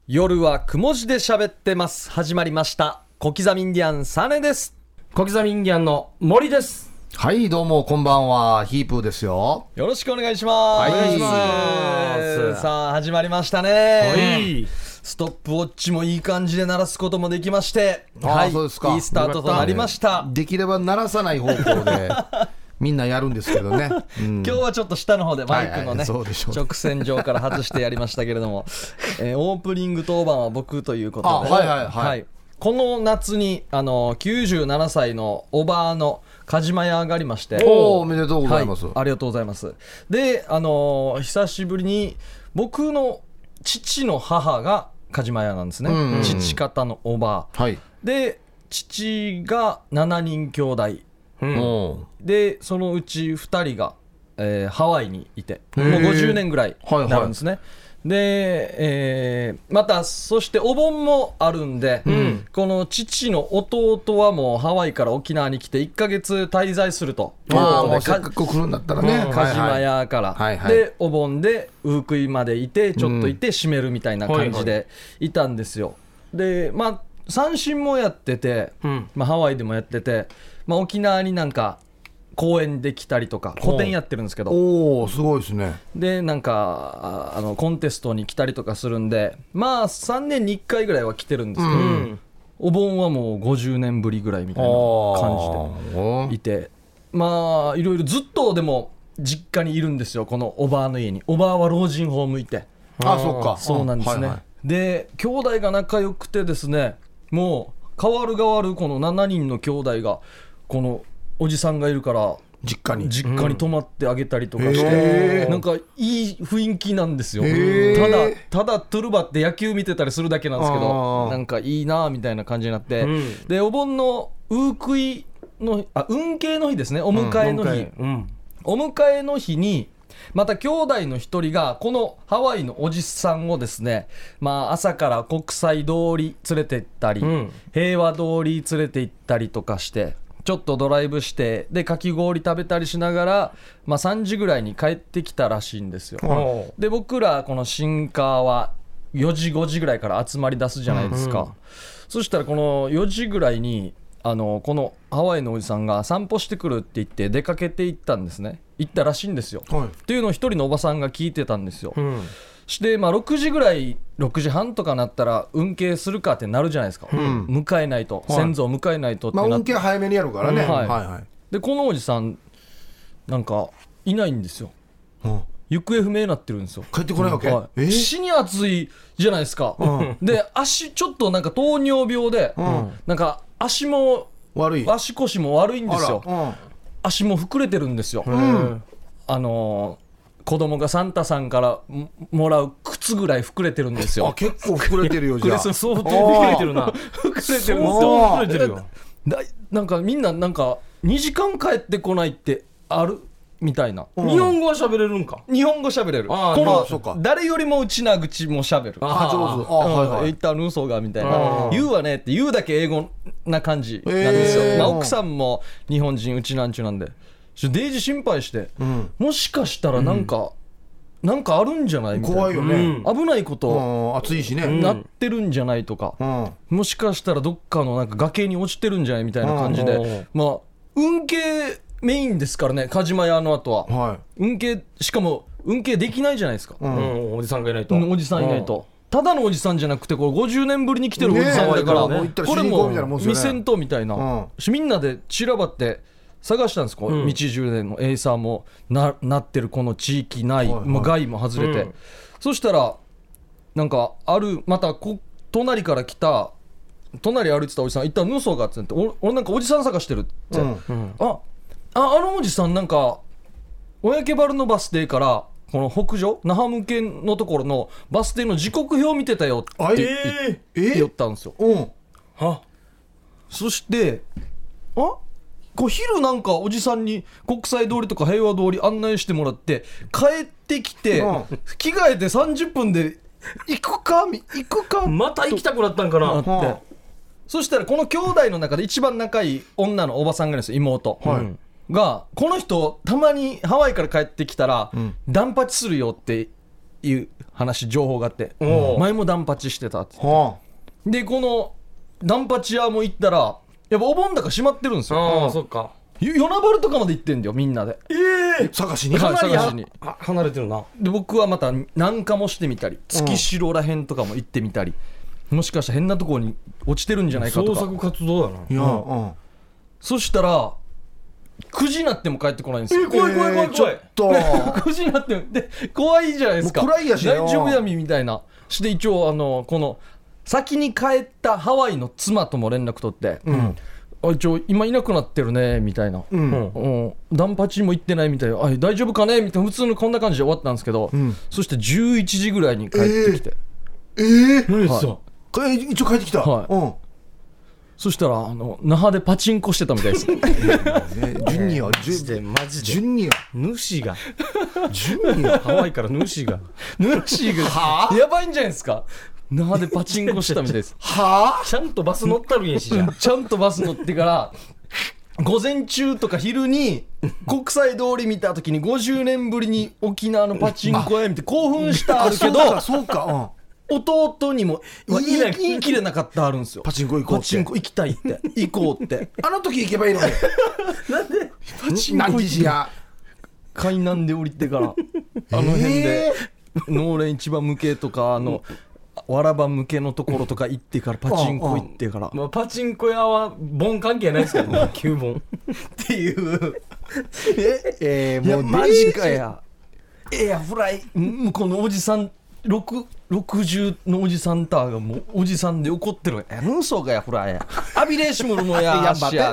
夜はくも字で喋ってます。始まりました。小刻みインディアンサネです。 小刻みインディアンの森です。 はい、どうもこんばんは、ヒープーですよ。 よろしくお願いします。 はい、お願いします。さあ始まりましたね。 はい。 ストップウォッチもいい感じで鳴らすこともできまして、 はい、そうですか。 いいスタートとなりました。 できれば鳴らさない方向でみんなやるんですけどね、 今日はちょっと下の方でマイクのね、 そうでしょうね、 直線上から外してやりましたけれども、オープニング当番は僕ということで、 はいこの夏に97歳のおばあのカジマヤがありまして、 おめでとうございます、 ありがとうございます。で、久しぶりに僕の父の母がカジマヤなんですね、父方のおばあ、で父が7人兄弟、でそのうち2人が、ハワイにいてもう50年ぐらいになるんですね、で、またそしてお盆もあるんで、この父の弟はもうハワイから沖縄に来て1ヶ月滞在するということで、 せっかく来るんだったらね、 カジマヤから、でお盆でウークイまでいてちょっといて閉めるみたいな感じでいたんですよ。でまあ三振もやってて、ハワイでもやってて、沖縄になんか公演できたりとか個展やってるんですけど、 おーすごいですね。でなんかコンテストに来たりとかするんで、3年に1回ぐらいは来てるんですけど、お盆はもう50年ぶりぐらいみたいな感じでいて、いろいろずっとでも実家にいるんですよ、このおばあの家に。おばあは老人ホームいて、 そっか、 そうなんですね、で兄弟が仲良くてですね、もう変わる変わるこの7人の兄弟がこのおじさんがいるから実家に泊まってあげたりとかして、なんかいい雰囲気なんですよ。ただトゥルバって野球見てたりするだけなんですけど、なんかいいなみたいな感じになって、でお盆のウークイの運慶の日ですね、お迎えの日、お迎えの日にまた兄弟の一人がこのハワイのおじさんをですね、朝から国際通り連れて行ったり、平和通り連れて行ったりとかしてちょっとドライブして、でかき氷食べたりしながら、3時ぐらいに帰ってきたらしいんですよ。で僕らこの新川は4時5時ぐらいから集まり出すじゃないですか、そしたらこの4時ぐらいにこのハワイのおじさんが散歩してくるって言って出かけて行ったんですね。行ったらしいんですよ、っていうのを一人のおばさんが聞いてたんですよ、して6時ぐらい6時半とかなったら運慶するかってなるじゃないですか、迎えないと、先祖を迎えないとってなって、 運慶早めにやるからね、 でこのおじさんなんかいないんですよ、行方不明になってるんですよ。 帰ってこないわけ、 死に暑いじゃないですか、で足ちょっとなんか糖尿病で、なんか足も悪い、足腰も悪いんですよ、足も膨れてるんですよ、子供がサンタさんからもらう靴ぐらい膨れてるんですよ。 結構膨れてるよじゃあ相当膨れてるな膨れてるんですよ。膨れてるよ。なんかみんななんか2時間帰ってこないってあるみたいな。 日本語は喋れるんか。 日本語喋れる。この誰よりもうちな口も喋る。 上手。 言ったら嘘がみたいな。言うわねって言うだけ英語な感じなんですよ。奥さんも日本人、うちなんちゅうなんで。デイジ心配して、もしかしたらなんかあるんじゃないみたいな。 怖いよね、 危ないこと暑いしね、 なってるんじゃないとか、もしかしたらどっかのなんか崖に落ちてるんじゃないみたいな感じで、運慶メインですからね、カジマヤの後は、運慶、しかも運慶できないじゃないですか、 おじさんがいないと、 おじさんいないと、ただのおじさんじゃなくてこれ50年ぶりに来てるおじさんだから、これも見せんとみたいな、みんなで散らばって探したんです、道中でのエイサーも なってるこの地域内、害も外れて、そしたらなんかまた隣から来た、隣歩いてたおじさん、一旦ヌソがって俺なんかおじさん探してるって、あのおじさんなんか親家原のバス停からこの北上那覇向けのところのバス停の時刻表見てたよって言ったんですよ。そして昼なんかおじさんに国際通りとか平和通り案内してもらって帰ってきて、着替えて30分で行くかまた行きたくなったんかなって、 そしたらこの兄弟の中で一番仲いい女のおばさんがいるんですよ、妹、がこの人たまにハワイから帰ってきたら、断髪するよっていう情報があって、前もダンパチしてたってで、このダンパチ屋も行ったらやっぱお盆だから閉まってるんですよ。 そっか。 与那原とかまで行ってんだよ、みんなで。 探しにはい、探しに。 離れてるな。 で、僕はまた南下もしてみたり、月城らへんとかも行ってみたり、もしかしたら変なところに落ちてるんじゃないかとか。 捜索活動だな。 いや、 そしたら9時になっても帰ってこないんですよ。 怖い怖い怖い怖い。 9時になってもで怖いじゃないですか。 もう暗いやしね大丈夫闇みたいなして一応この先に帰ったハワイの妻とも連絡取って、一応今いなくなってるねみたいな、ダンパチも行ってないみたいな、大丈夫かねみたいな、普通のこんな感じで終わったんですけど、そして11時ぐらいに帰ってきて、 何さ、 一応帰ってきた。 そしたら那覇でパチンコしてたみたいです。 順によ、 マジで順によ、 主が順によ、 ハワイから主がやばいんじゃないですか。那覇でパチンコしたみたいです。 ちゃんとバス乗ったるんやし、じゃちゃんとバス乗ってから午前中とか昼に国際通り見た時に50年ぶりに沖縄のパチンコ屋見て興奮したあるけど、 そうか、 弟にも言い切れなかったあるんですよ。 パチンコ行こうって、 パチンコ行きたいって行こうってあの時行けばいいのに。 なんでパチンコ行って海南で降りてからあの辺で農連市場向けとかわらば向けのところとか行ってからパチンコ行ってから、 まあ、パチンコ屋は盆関係ないですけどね。9本っていうもうマジかや。フライ向こうのおじさん60のおじさんたがもうおじさんで怒ってる。ヌーソーがやフライやアビレーシムルもや一言言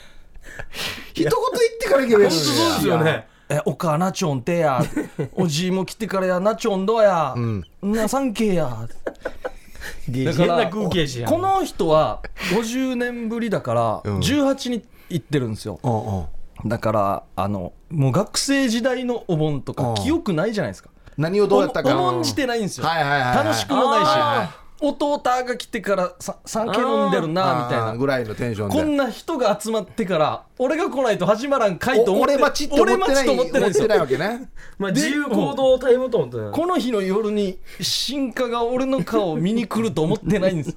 ってから行けばいいのに。 そうですよね。 お母ナチョンてやおじいも来てからやナチョンどうや、なさんけや。だから変な空気やしやん。 この人は50年ぶりだから18に行ってるんですよ。だからもう学生時代のお盆とか記憶ないじゃないですか。 何をどうやったか重んじてないんですよ。楽しくもないし、弟が来てから酒飲んでるなみたいなぐらいのテンションで、 こんな人が集まってから俺が来ないと始まらんかいと思って、 俺待ちと思ってないんですよ。 わけね。 まあ自由行動タイムと思ってない。 この日の夜に新家が俺の顔を見に来ると思ってないんです。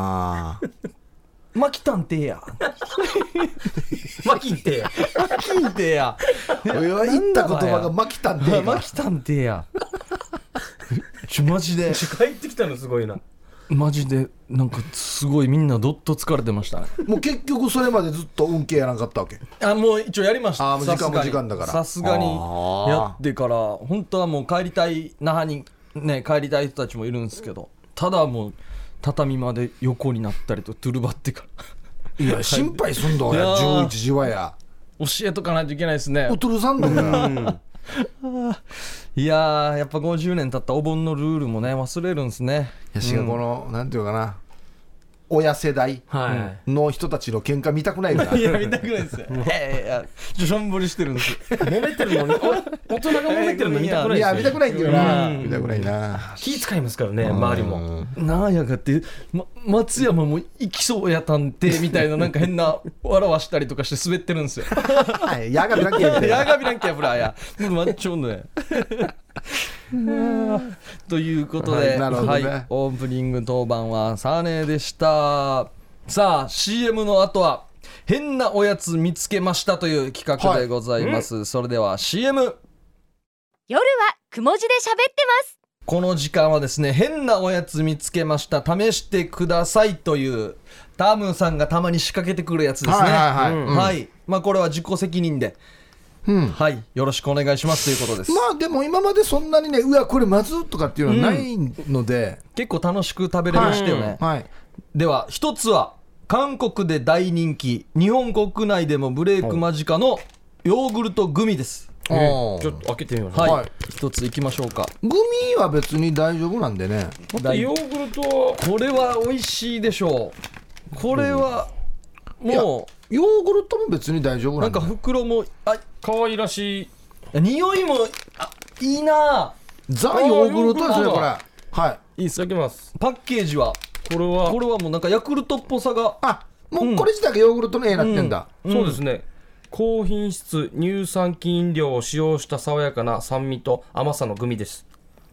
マキタンテやマキンテやマキンテや俺は言った言葉がマキタンテやマキタンテやマジで帰ってきたのすごいな。 マジでなんかすごいみんなどっと疲れてましたね。 もう結局それまでずっと運慶やらなかったわけ。 もう一応やりました。 時間も時間だからさすがにやってから本当はもう帰りたい那覇にね帰りたい人たちもいるんですけど、ただもう畳まで横になったりとトゥルバってからいや心配すんだよ11時はや教えとかないといけないですね。 おとるさんだよいやーやっぱ50年経ったお盆のルールもね忘れるんですね。 いやしかこの、なんていうかな、親世代の人たちの喧嘩見たくないから。 いや見たくないですよ。しょんぼりしてるんですよ。 揉めてるのに大人が揉めてるの見たくないですよ。 いや見たくないんだよな。見たくないな。 気使いますからね周りも。 なんやかって、松山も行きそうや探偵みたいななんか変な笑わしたりとかして滑ってるんですよ。 ヤガビランケみたいな。 ヤガビランケやフラーや。マッチョンね。ということで、オープニング当番はサーネーでした。さあ CM の後は変なおやつ見つけましたという企画でございます、それでは CM。 夜はくも字で喋ってます。 この時間はですね、変なおやつ見つけました試してくださいというタムさんがたまに仕掛けてくるやつですね。まあこれは自己責任ではい、よろしくお願いしますということです。 まあでも今までそんなにね、うわこれまずとかっていうのはないので、 結構楽しく食べれましたよね。では一つは韓国で大人気、日本国内でもブレイク間近のヨーグルトグミです。 ちょっと開けてみましょう。 一ついきましょうか。 グミは別に大丈夫なんでね。 またヨーグルトこれは美味しいでしょう。これはもうヨーグルトも別に大丈夫なんか袋も可愛らしい、 匂いもいいな。 ザヨーグルトですねこれ。 いただきます。 パッケージはこれはもうなんかヤクルトっぽさが、 もうこれ自体がヨーグルトの絵になってんだ。 そうですね。高品質乳酸菌飲料を使用した爽やかな酸味と甘さのグミです。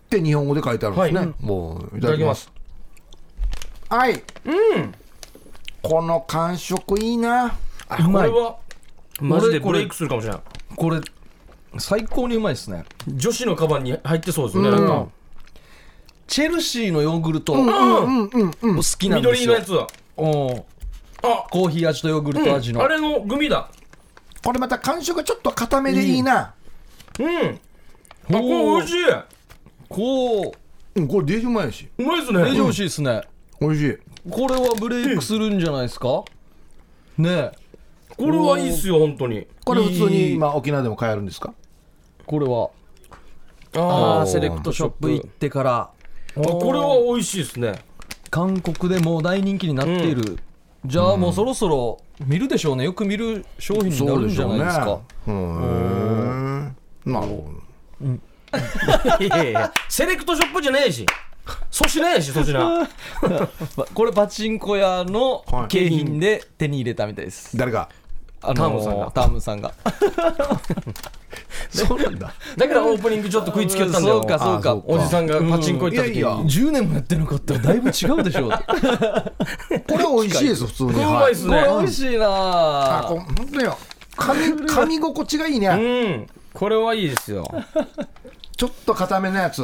って日本語で書いてあるんですね、 はい、 もういただきます。はい、この感触いいな。 これはマジでブレイクするかもしれない。 これ最高にうまいですね。 女子のカバンに入ってそうですね、なんかチェルシーのヨーグルト好きなんですよ。 緑のやつはコーヒー味とヨーグルト味の、 あれのグミだ。 これまた感触がちょっと固めでいいな。 あ、これ美味しい。 これデージうまいし、 うまいですね。 れ美味しいですね。 美味しい。 これはブレイクするんじゃないですかね。 これはいいっすよ本当に。 これ普通に今沖縄でも買えるんですか？ これはセレクトショップ行ってからこれは美味しいですね。 韓国でもう大人気になっている、じゃあもうそろそろ見るでしょうね。よく見る商品になるんじゃないですか。 なるほど。 いやいやセレクトショップじゃねえし粗品やし粗品これパチンコ屋の景品で手に入れたみたいです。 誰が？ タームさんがそうなんだ。 だからオープニングちょっと食いつきよったんだよ。 そうかおじさんがパチンコ行った時に 10年もやってなかったらだいぶ違うでしょう。 これ美味しいです普通に。 これうまいっすね。 これ美味しいな。 本当よ。噛み心地がいいね。 これはいいですよ。 ちょっと固めのやつ。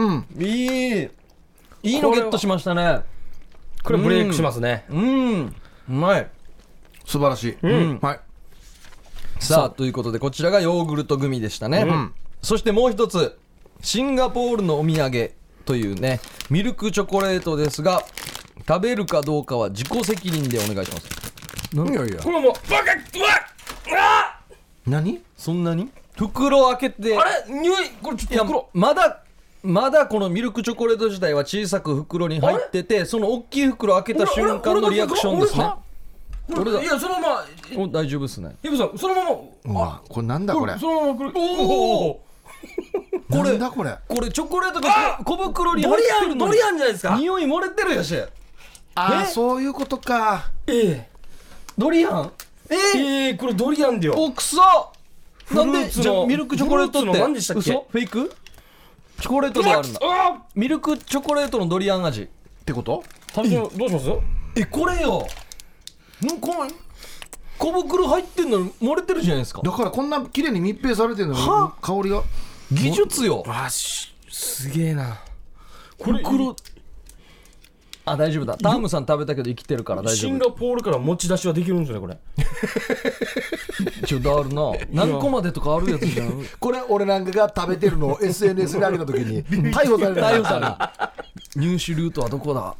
いいのゲットしましたね。 これブレイクしますね。 うまい。 素晴らしい。はい。 さあということでこちらがヨーグルトグミでしたね。そしてもう一つシンガポールのお土産というねミルクチョコレートですが、食べるかどうかは自己責任でお願いします。 いやいや。 これもうバカうわ何？ そんなに袋開けて、 あれ匂いこれちょっと袋まだこのミルクチョコレート自体は小さく袋に入ってて、その大きい袋開けた瞬間のリアクションですね。 いやそのまま大丈夫ですね。 ヒブさんそのままこれなんだこれ？ そのままこれなんだこれ？ これチョコレートが小袋に入ってるのにドリアンじゃないですか。 匂い漏れてるやし。 そういうことか。 ドリアンこれドリアンだよ。 おくそ。なんでじゃミルクチョコレートって何でしたっけ？ 嘘？フェイク？チョコレートであるんだ。ミルクチョコレートのドリアン味ってこと？ どうします？ これよ。この小袋入ってんのに漏れてるじゃないですか。 だからこんな綺麗に密閉されてるのに香りが技術よ。 すげえな。 これ袋大丈夫だ。タームさん食べたけど生きてるから大丈夫。 シンガポールから持ち出しはできるんですよねこれ。 ちょっとあるな。何個までとかあるやつじゃん。 これ俺なんかが食べてるのを SNS に上げた時に逮捕される。 入手ルートはどこだ。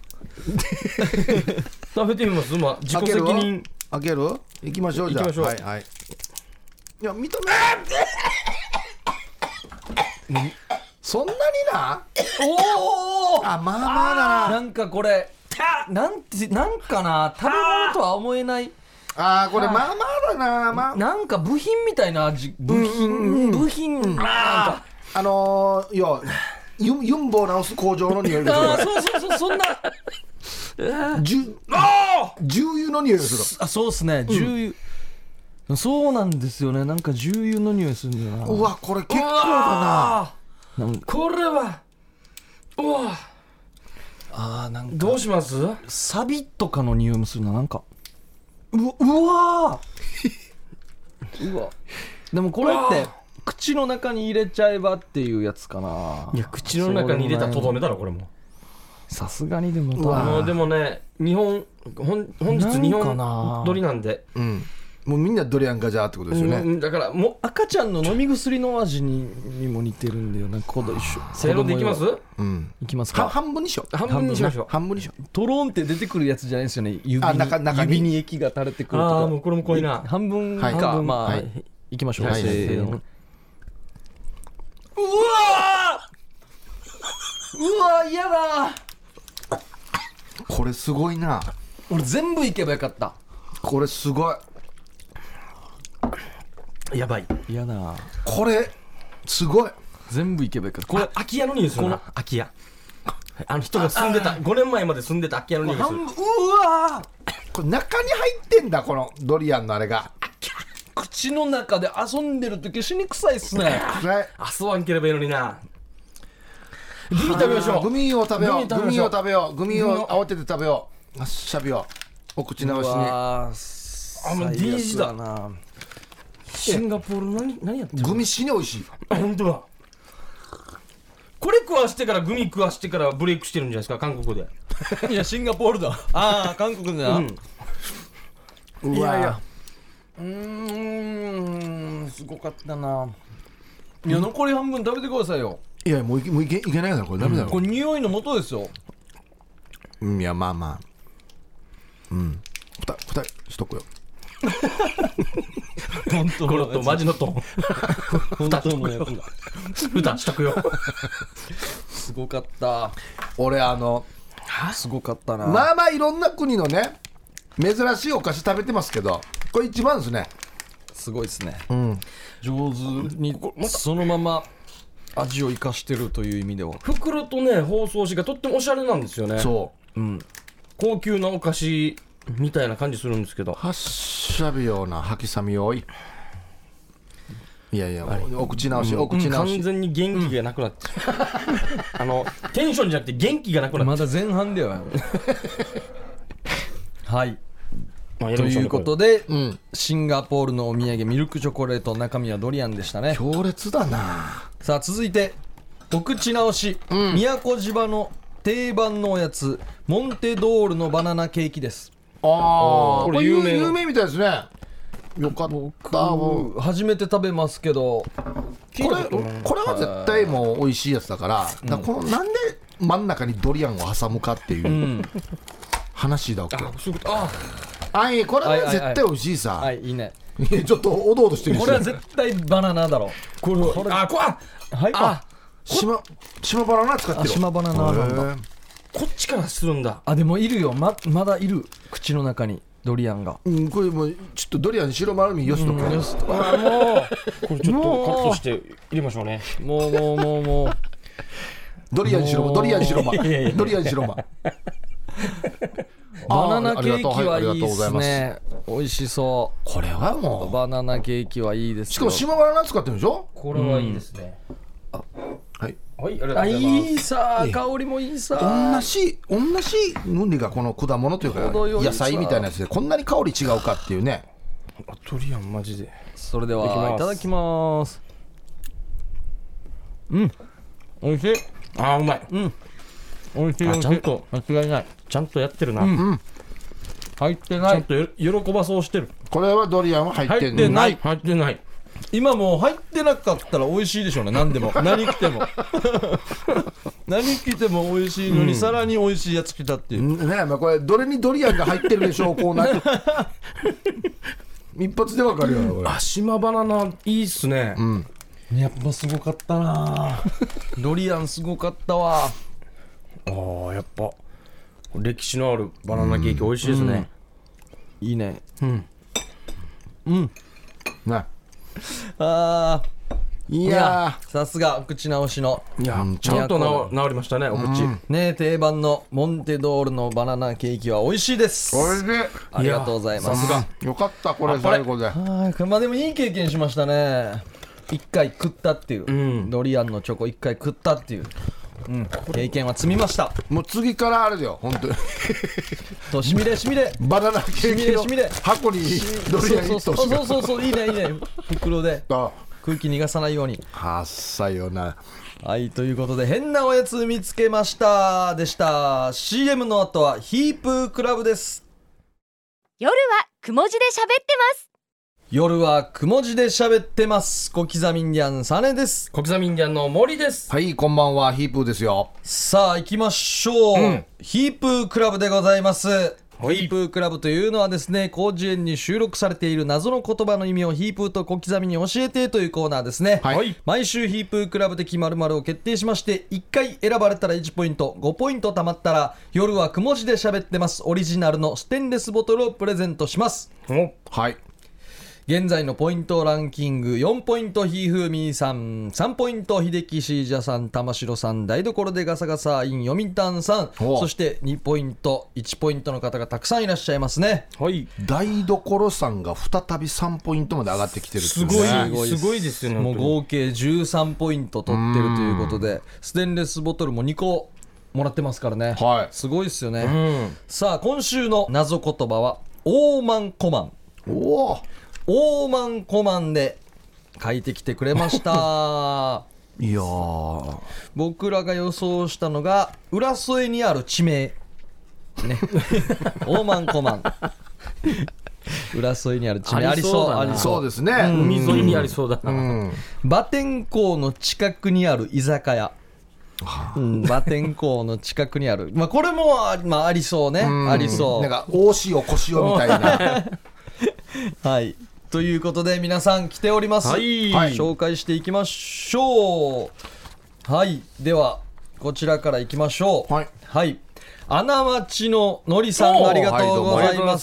食べてみます。自己責任。 開ける？行きましょう。じゃあはいはい。いや見た目そんなにな。まあまあだな。 なんかこれなんかな、食べ物とは思えない。 これまあまあだな。 なんか部品みたいな味。部品なんかユンボを直す工場の匂いがする。 そうそんな重油の匂いがする。 そうですね。重油、そうなんですよね。なんか重油の匂いするんだよな。 うわこれ結構だな。 これはなんかどうします？ サビとかの匂いもするな。なんかうわでもこれって口の中に入れちゃえばっていうやつかな。 いや口の中に入れたらとどめだろこれも。 さすがにでもでもね本日日本撮りなんで、 もうみんなドリアンガジャーってことですよね。 だからもう赤ちゃんの飲み薬の味にも似てるんだよな。子供一緒。 せーのでいきます？ いきますか。 半分にしよう。 半分にしましょう。 半分にしよう。 トロンって出てくるやつじゃないですよね。指に液が垂れてくるとか。 もうこれも濃いな。 半分か。まあいきましょう。せーの。うわ嫌だ。 これすごいな。 俺全部いけばよかった。 これすごい。 やばい。 嫌だ。 これすごい。 全部いけばよかった。これ空き家の匂いするな。空き家。人が住んでた5年前まで住んでた空き家の匂いする。 これ中に入ってんだこのドリアンのあれが。 口の中で遊んでる時死に臭いっすね。 遊ばんければいいのにな。 グミ食べましょう。 グミを食べよう。ググミ食ミを食べよう。グミを慌てて食べよう。しゃびよう。お口直しに。 もうもう D 字だな。 シンガポール何やってるグミ死に美味しい。 あ、本当だ。これ食わしてからグミ食わしてからブレイクしてるんじゃないですか、韓国で。 いやシンガポールだ。ああ韓国でな。 うわいやいやすごかったな。いや残り半分食べてくださいよ。 いやもういけないからこれダメだろ。 これ匂いの元ですよ。 いやまあまあ。ふたしとくよ。 本当このとマジのトーン。 本当のやつだ。 歌しとくよ。 すごかった。 俺すごかったな。 まあまあいろんな国のね珍しいお菓子食べてますけど、これ一番ですね。 すごいですね。上手にそのまま味を生かしてるという意味では。 袋とね包装紙がとってもおしゃれなんですよね。 そ高級なお菓子みたいな感じするんですけど。 う。はっしゃびような吐きさみよい。いやいやお口直しお口直し。 完全に元気がなくなってテンションじゃなくて元気がなくなってまだ前半では。はいまあということで、 んシンガポールのお土産ミルクチョコレート、中身はドリアンでしたね。 強烈だな。 さあ続いてお口直し、宮古島の定番のおやつモンテドールのバナナケーキです。 ああこれこれ有名有名みたいですね。よかった。もう初めて食べますけど、 これは絶対もう美味しいやつだから、だからこのなんで真ん中にドリアンを挟むかっていう話だわけ。 そういうこと。ああいこれは絶対美味しいさ。 はいいいね。 ちょっとおどおどしてるし。 これは絶対バナナだろ。 これはい。 あ島バナナ使ってる。 島バナナなんだ。 こっちからするんだ。 あでもいるよ、まだいる口の中にドリアンが。 これもうちょっとドリアン白丸みよしとく。 これちょっとカットして入れましょうね。 もうドリアン白間ドリアン白間いやいやドリアン白間。 バナナケーキはいいでありがとうございますすね。美味しそこれはもう。バナナケーキはいいですよ。 しかも島バナナ使ってるでしょ。 これはいいですね。 はい。 はい、ありがとうごあざいます。 いいさ、香りもいいさ。 同じヌンリがこの果物というか程よい野菜みたいなやつでこんなに香り違うかっていうね。 ドリアンマジで。 それでいただきますはいただきます。美味しい。 あーうまい。 美味しい。 あちゃんと間違いない。 ちゃんとやってるな。 入ってちない。 ゃんと喜ばそうしてる。 これはドリアンは入って入ってない入ってない。 今もう入ってなかったら美味しいでしょうね。何でも何来ても何来ても美味しいのに、さらに美味しいやつ来たっていう。 ねえ、まあ、これどれにドリアンが入ってるでしょうこうなる一発でわかるよこれ。 あ、島バナナいいっすね。 やっぱすごかったな。ドリアンすごかったわ。 ああ、やっぱ歴史のあるバナナケーキ美味しいですね。 いいね。 ねあいやさすがお口直しのいや、 うんちゃんと治りましたね、お口。 ね、定番のモンテドールのバナナケーキは美味しいです。 これでありがとうございます。 さすが。 よかったこれ最後で。 はい、まあでもいい経験しましたね。一回食ったっていう、ドリアンのチョコ一回食ったっていう、経験は積みました。 もう次からあれだよ本当にとしみれしみれ。 バナナケーキのしみれ箱にドリアン一頭しかそういいねいいね。袋であ空気逃がさないように。 はっさよな。 はいということで変なおやつ見つけましたでした。 CM の後はヒープークラブです。 夜はくも字で喋ってます。 夜はくも字で喋ってます。小刻みインディアンサネです。 小刻みインディアンの森です。 はいこんばんはヒープーですよ。 さあ行きましょう、ヒープークラブでございます。 はいヒープークラブというのはですね、広辞苑に収録されている謎の言葉の意味をヒープーと小刻みに教えてというコーナーですね。 はい毎週ヒープークラブ的〇〇を決定しまして、1回選ばれたら1ポイント、5ポイント貯まったら夜はくも字で喋ってますオリジナルのステンレスボトルをプレゼントします。 おはい現在のポイントランキング、4ポイントひふみさん、3ポイント秀樹シージャさん、玉城さん、台所でガサガサイン読谷さん、そして2ポイント1ポイントの方がたくさんいらっしゃいますね。 はい。 台所さんが再び3ポイントまで上がってきてるっていうね。 すごいですよね。 もう合計13ポイント取ってるということで、ステンレスボトルも2個もらってますからね、 はい、 すごいですよね。さあ今週の謎言葉はオーマンコマン。オーマンコマンで書いてきてくれましたいやー、 僕らが予想したのが浦添にある地名ねオーマンコマン浦添にある地名ありそう、ありそうですね、 海沿いにありそうだな。 馬天港の近くにある居酒屋、馬天港の近くにある、これもありそうね、ありそう、 なんか大塩小塩みたいなはい、ということで皆さん来ております、 はい、 紹介していきましょう。はい、ではこちらからいきましょう。はい、はい、穴町ののりさん、ありがとうございます。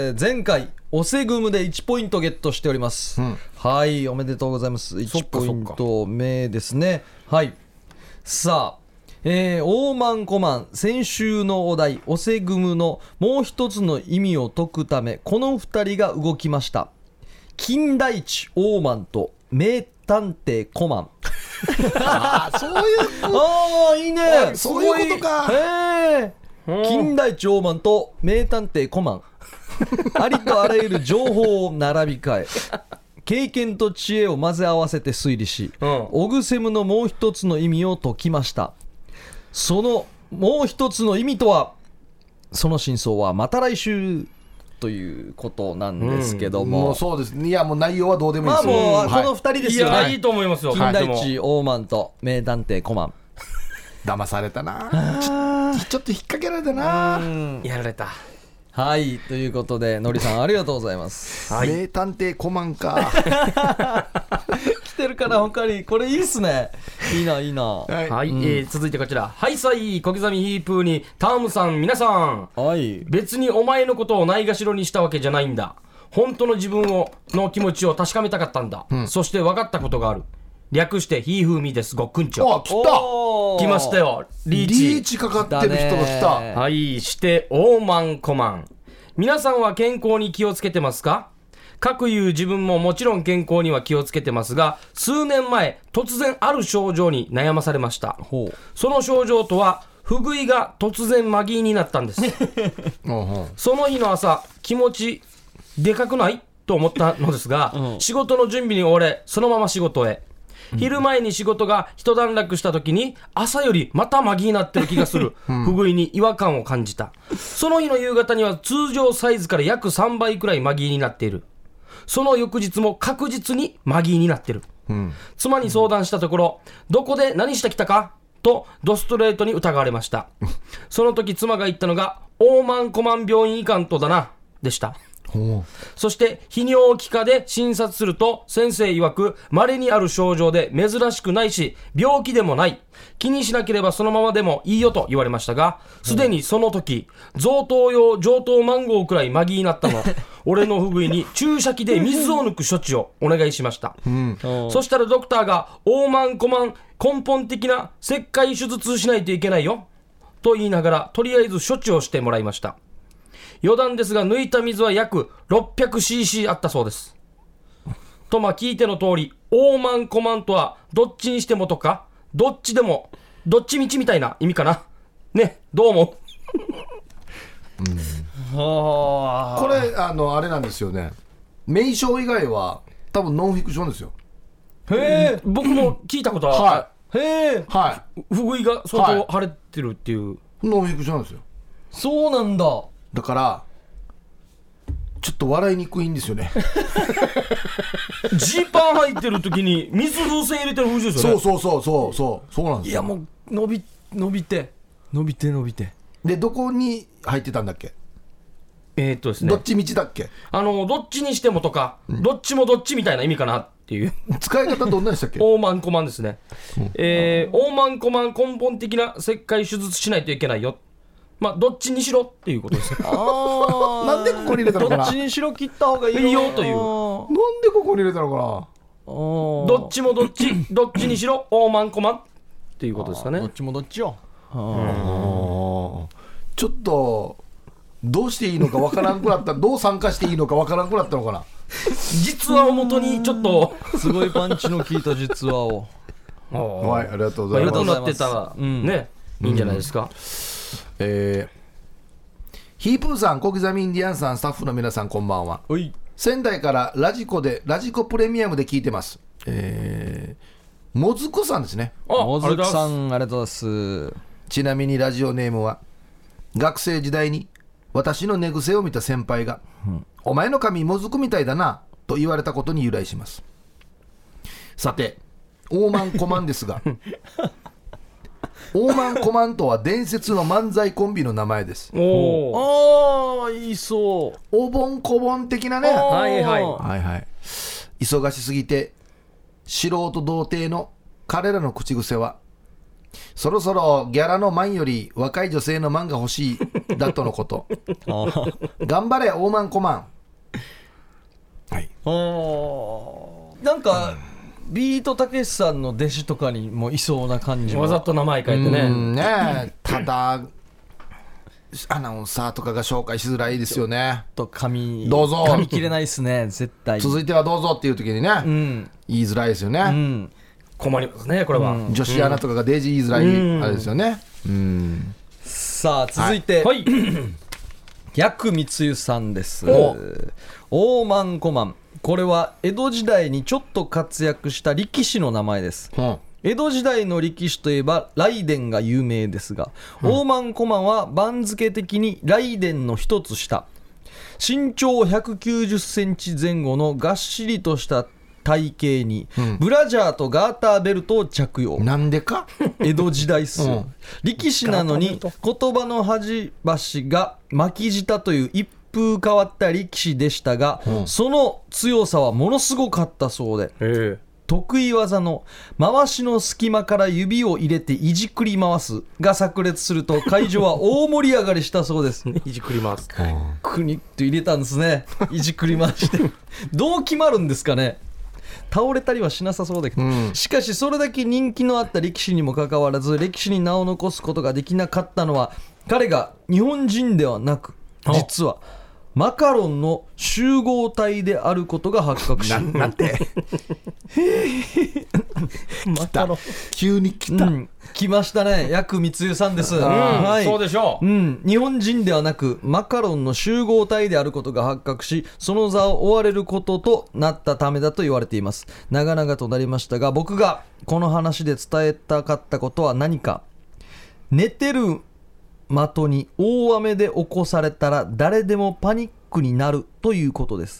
前回オセグムで1ポイントゲットしております、はい、おめでとうございます。1ポイント目ですね。はい、さあ、オーマンコマン、先週のお題オセグムのもう一つの意味を解くためこの2人が動きました。金田一オーマンと名探偵コマンそういういいね、 そういうことか。 金田一オーマンと名探偵コマンありとあらゆる情報を並び替え経験と知恵を混ぜ合わせて推理し、オグセムのもう一つの意味を解きました。そのもう一つの意味とは、その真相はまた来週ということなんですけども、 もうそうですね。いや、もう内容はどうでもいいですよ。 もうこの2人ですよね。 いや、いいと思いますよ。 金田一オーマンと名探偵コマン騙されたな、ちょっと引っ掛けられたな、 やられた。 はい、ということでのりさんありがとうございます、 はい、名探偵コマンか来てるから他にこれいいっすね。いいな、いいな。 はい、続いてこちら、はいさい小刻みヒープーにタームさん、皆さん、 はい、 別にお前のことをないがしろにしたわけじゃないんだ。本当の自分の気持ちを確かめたかったんだ、そして分かったことがある。略してヒーフーミです。ごっくんちょ。来ましたよ、リーチかかってる人が来た。 はい、してオーマンコマン、皆さんは健康に気をつけてますか？各いう自分ももちろん健康には気をつけてますが、数年前突然ある症状に悩まされました。その症状とは、不具合が突然マギーになったんですその日の朝、気持ちでかくないと思ったのですが、仕事の準備に追われそのまま仕事へ。昼前に仕事が一段落した時に、朝よりまたマギになってる気がする不具合に違和感を感じた。その日の夕方には通常サイズから約3倍くらいマギになっている。その翌日も確実にマギになってる、妻に相談したところ、どこで何してきたかとドストレートに疑われましたその時妻が言ったのが、オーマンコマン病院行かんとだなでした。そして泌尿器科で診察すると、先生曰く稀にある症状で珍しくないし病気でもない、気にしなければそのままでもいいよと言われましたが、すでにその時贈答用上等マンゴーくらいマギになったの俺の不具合に注射器で水を抜く処置をお願いしました、そしたらドクターが、オーマンコマン根本的な切開手術しないといけないよと言いながら、とりあえず処置をしてもらいました。余談ですが、抜いた水は約 600cc あったそうです。と聞いての通り、オーマンコマンとはどっちにしてもとか、どっちでもどっちみちみたいな意味かなね。どうもこれあれなんですよね。名称以外は多分ノンフィクションですよ。 へえ、僕も聞いたことは、へえ、不具合が相当腫れてるっていう、 ノンフィクションですよ。 そうなんだ。 だからちょっと笑いにくいんですよねジーパン入ってる時に水風船入れてる風習ですよね。 そうなんですよ。 いや、もう伸びてで、どこに入ってたんだっけ？ ですね、 どっちみちだっけ？ どっちにしてもとか、どっちもどっちみたいな意味かなっていう使い方どんなでしたっけ？ オーマンコマンですね、オーマンコマン根本的な切開手術しないといけないよ。 まあどっちにしろっていうことですよ。 なんでここに入れたのかな。 どっちにしろ切った方がいいいいよというなんでここに入れたのかな。 どっちもどっちにしろオーマンコマンっていうことですかね。 どっちもどっちよ。 ちょっとどうしていいのかわからんくなったどう参加していいのかわからんくなったのかな。 実話をもとにちょっとすごいパンチの効いた実話を。 はい、ありがとうごまあざいます。 良くなってたらね、いいんじゃないですか。 ヒープーさん、小刻みインディアンさん、スタッフの皆さんこんばんは。 おい。 仙台からラジコプレミアムで聞いてます。もずくさんですね。 もずくさんありがとうございます。 ちなみにラジオネームは学生時代に私の寝癖を見た先輩が、お前の髪もずくみたいだなと言われたことに由来します。さてオーマンコマンですがオーマンコマンとは伝説の漫才コンビの名前です。 ああいいそう。 おぼんこぼん的なね。 はいはいはいはい。忙しすぎて素人童貞の彼らの口癖は、そろそろギャラのマンより若い女性のマンが欲しいだとのこと頑張れオーマンコマン。はい。 なんか、ビートたけしさんの弟子とかにもいそうな感じも。 わざと名前書いてね。 ねただアナウンサーとかが紹介しづらいですよね。 と噛どうぞみ切れないですね絶対。 続いてはどうぞっていう時にね、言いづらいですよね。 困りますねこれは。 女子アナとかがデージ言いづらいあれですよね。 さあ続いて、 はい。 薬光代さんです。オーマンコマン、これは江戸時代にちょっと活躍した力士の名前です。江戸時代の力士といえば雷電が有名ですが、オーマンコマンは番付的に雷電の一つ下、身長190センチ前後のがっしりとした体型に、ブラジャーとガーターベルトを着用。 なんでか江戸時代っすよ、力士なのに言葉の端々が巻き舌という一風変わった力士でしたが、その強さはものすごかったそうで、得意技の回しの隙間から指を入れていじくり回すが炸裂すると会場は大盛り上がりしたそうです。 いじくります。 クニッと入れたんですね。いじくり回してどう決まるんですかね。倒れたりはしなさそうだけど、しかしそれだけ人気のあった力士にもかかわらず歴史に名を残すことができなかったのは、彼が日本人ではなく実はマカロンの集合体であることが発覚し、 なんてマカロン急に来た、 来ましたね。薬光代さんです。 そうでしょう。 日本人ではなくマカロンの集合体であることが発覚し、その座を追われることとなったためだと言われています。長々となりましたが、僕がこの話で伝えたかったことは何か、寝てる的に大雨で起こされたら誰でもパニックになるということです。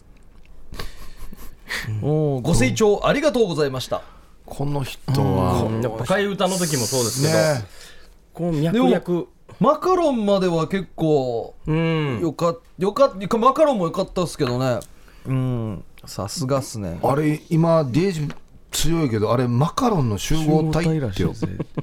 ご清聴ありがとうございました。 この人はやっぱ替え歌の時もそうですけど、 ねこの脈々 マカロンまでは結構よかったマカロンもよかったですけどね。さすがっすね。 あれ今デージ強いけど、あれマカロンの集合体ってよ。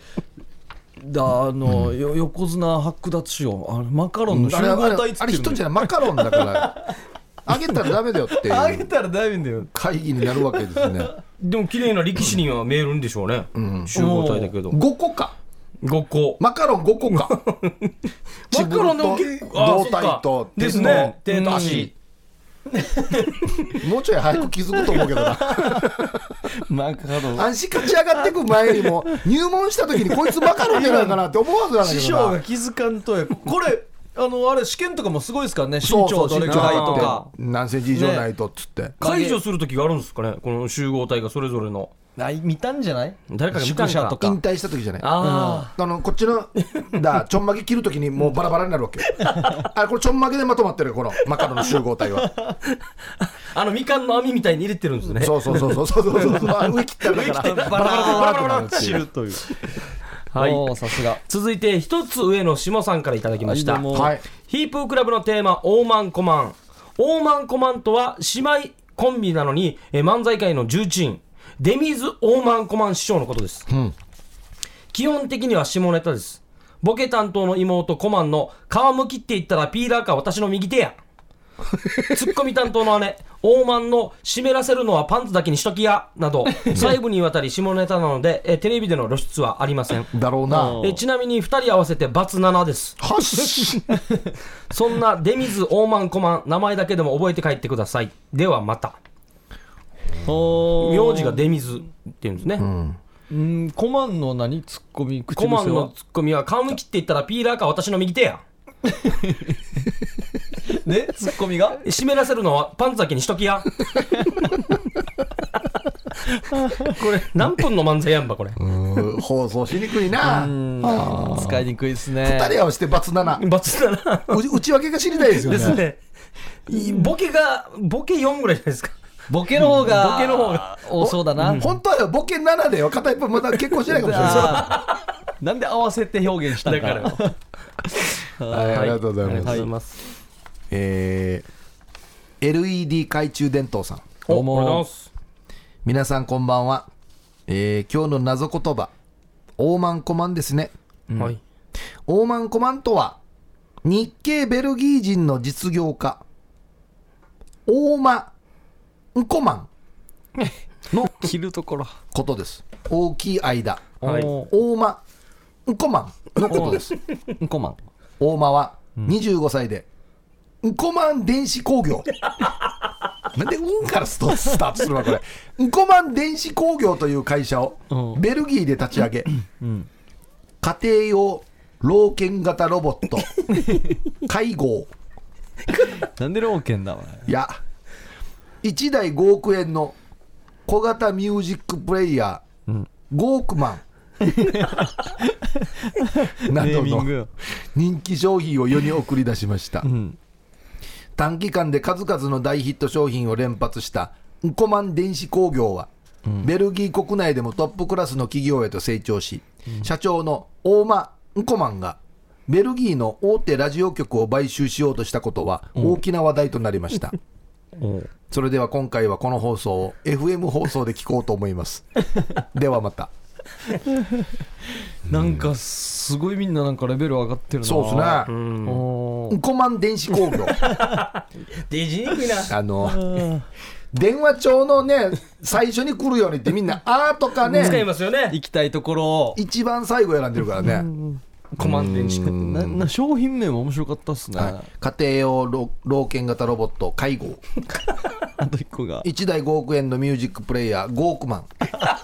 横綱剥奪しよう。マカロンの集合体っつってる。 あれ人じゃないマカロンだからあげたらダメだよってあげいうたらダメだよ。 会議になるわけですね。 でも綺麗な力士には見えるんでしょうね。集合体だけど 5個か 5個マカロン5個かマカロンでも結構胴体とですね。手と足。 もうちょい早く気づくと思うけどな。 マカロン安心勝ち上がってく前にも入門した時にこいつマカロンじゃないかなって思わずなんだけ師どな。 匠が気づかんとや。これあれ試験とかもすごいですからね。身そうそう長どれくらいとか何センチ以上ないとっつって、 解除する時があるんですかね、この集合体がそれぞれの。 見たんじゃない。 誰かが見たんか宿舎とか引退した時じゃない。 あこっちのちょんまげ切る時にもうバラバラになるわけよ。あれこれちょんまげでまとまってるよこのマカロンの集合体は。 みかんの網みたいに入れてるんですね。 そう上切ったんだからバラバラバラバラ散るという。 はい、 さすが。 続いて一つ上の下さんからいただきました。 はい、 ヒープークラブのテーマオーマンコマン。オーマンコマンとは姉妹コンビなのに漫才界の重鎮デミーズ・オーマンコマン師匠のことです。基本的には下ネタです。 ボケ担当の妹コマンの皮むきって言ったらピーラーか私の右手や。ツッコミ担当の姉オーマンの湿らせるのはパンツだけにしときやなど細部にわたり下ネタなのでテレビでの露出はありません。 だろうな。 ちなみに2人合わせてバツ7です。 はっしそんな出水オーマンコマン、名前だけでも覚えて帰ってください。ではまた。名字が出水っていうんですね。 コマンの何ツッコミ口癖コマンのはツッコミは皮むきって言ったらピーラーか私の右手や。 ねツッコミが湿らせるのはパンツだけにしときや。これ何分の漫才やんばこれ。 放送しにくいな。 使いにくいですね。 2人合わせてバツ7。 バツだな。 内訳が知りたいですよね。 ですね。ボケ4ぐらいじゃないですか。 ボケの方が多そうだな。 本当はボケ7でよ。片一方まだ結婚してないかもしれないなんで合わせて表現したんだだからはい、ありがとうございます。 ありがとうございます。 LED 懐中電灯さん、 お、ありがとうございます。 皆さんこんばんは。今日の謎言葉、オーマンコマンですね。 はい。 オーマンコマンとは日系ベルギー人の実業家オーマンコマンの切るところことです。大きい間、 はいオーマンコマンのことです。 コマン大間は25歳で、ウコマン電子工業なんでからスタートするわこれ。ウコマン電子工業という会社をベルギーで立ち上げ、家庭用老犬型ロボット介護なんで老犬だわ。 いや1台5億円の小型ミュージックプレイヤー、5億万などの人気商品を世に送り出しました。短期間で数々の大ヒット商品を連発したウコマン電子工業は、ベルギー国内でもトップクラスの企業へと成長し、社長のオーマ・ウコマンがベルギーの大手ラジオ局を買収しようとしたことは大きな話題となりました。それでは今回はこの放送を FM 放送で聞こうと思います。ではまた。 なんかすごいみんななんかレベル上がってるな。 そうですね。ウコマン電子工業デジにくいな。 電話帳のね最初に来るようにってみんなあーとかね使いますよね。 行きたいところを一番最後選んでるからね。 コマン電子な商品名も面白かったっすね。 家庭用老犬型ロボット介護あと1個が 1台5億円のミュージックプレイヤー5億万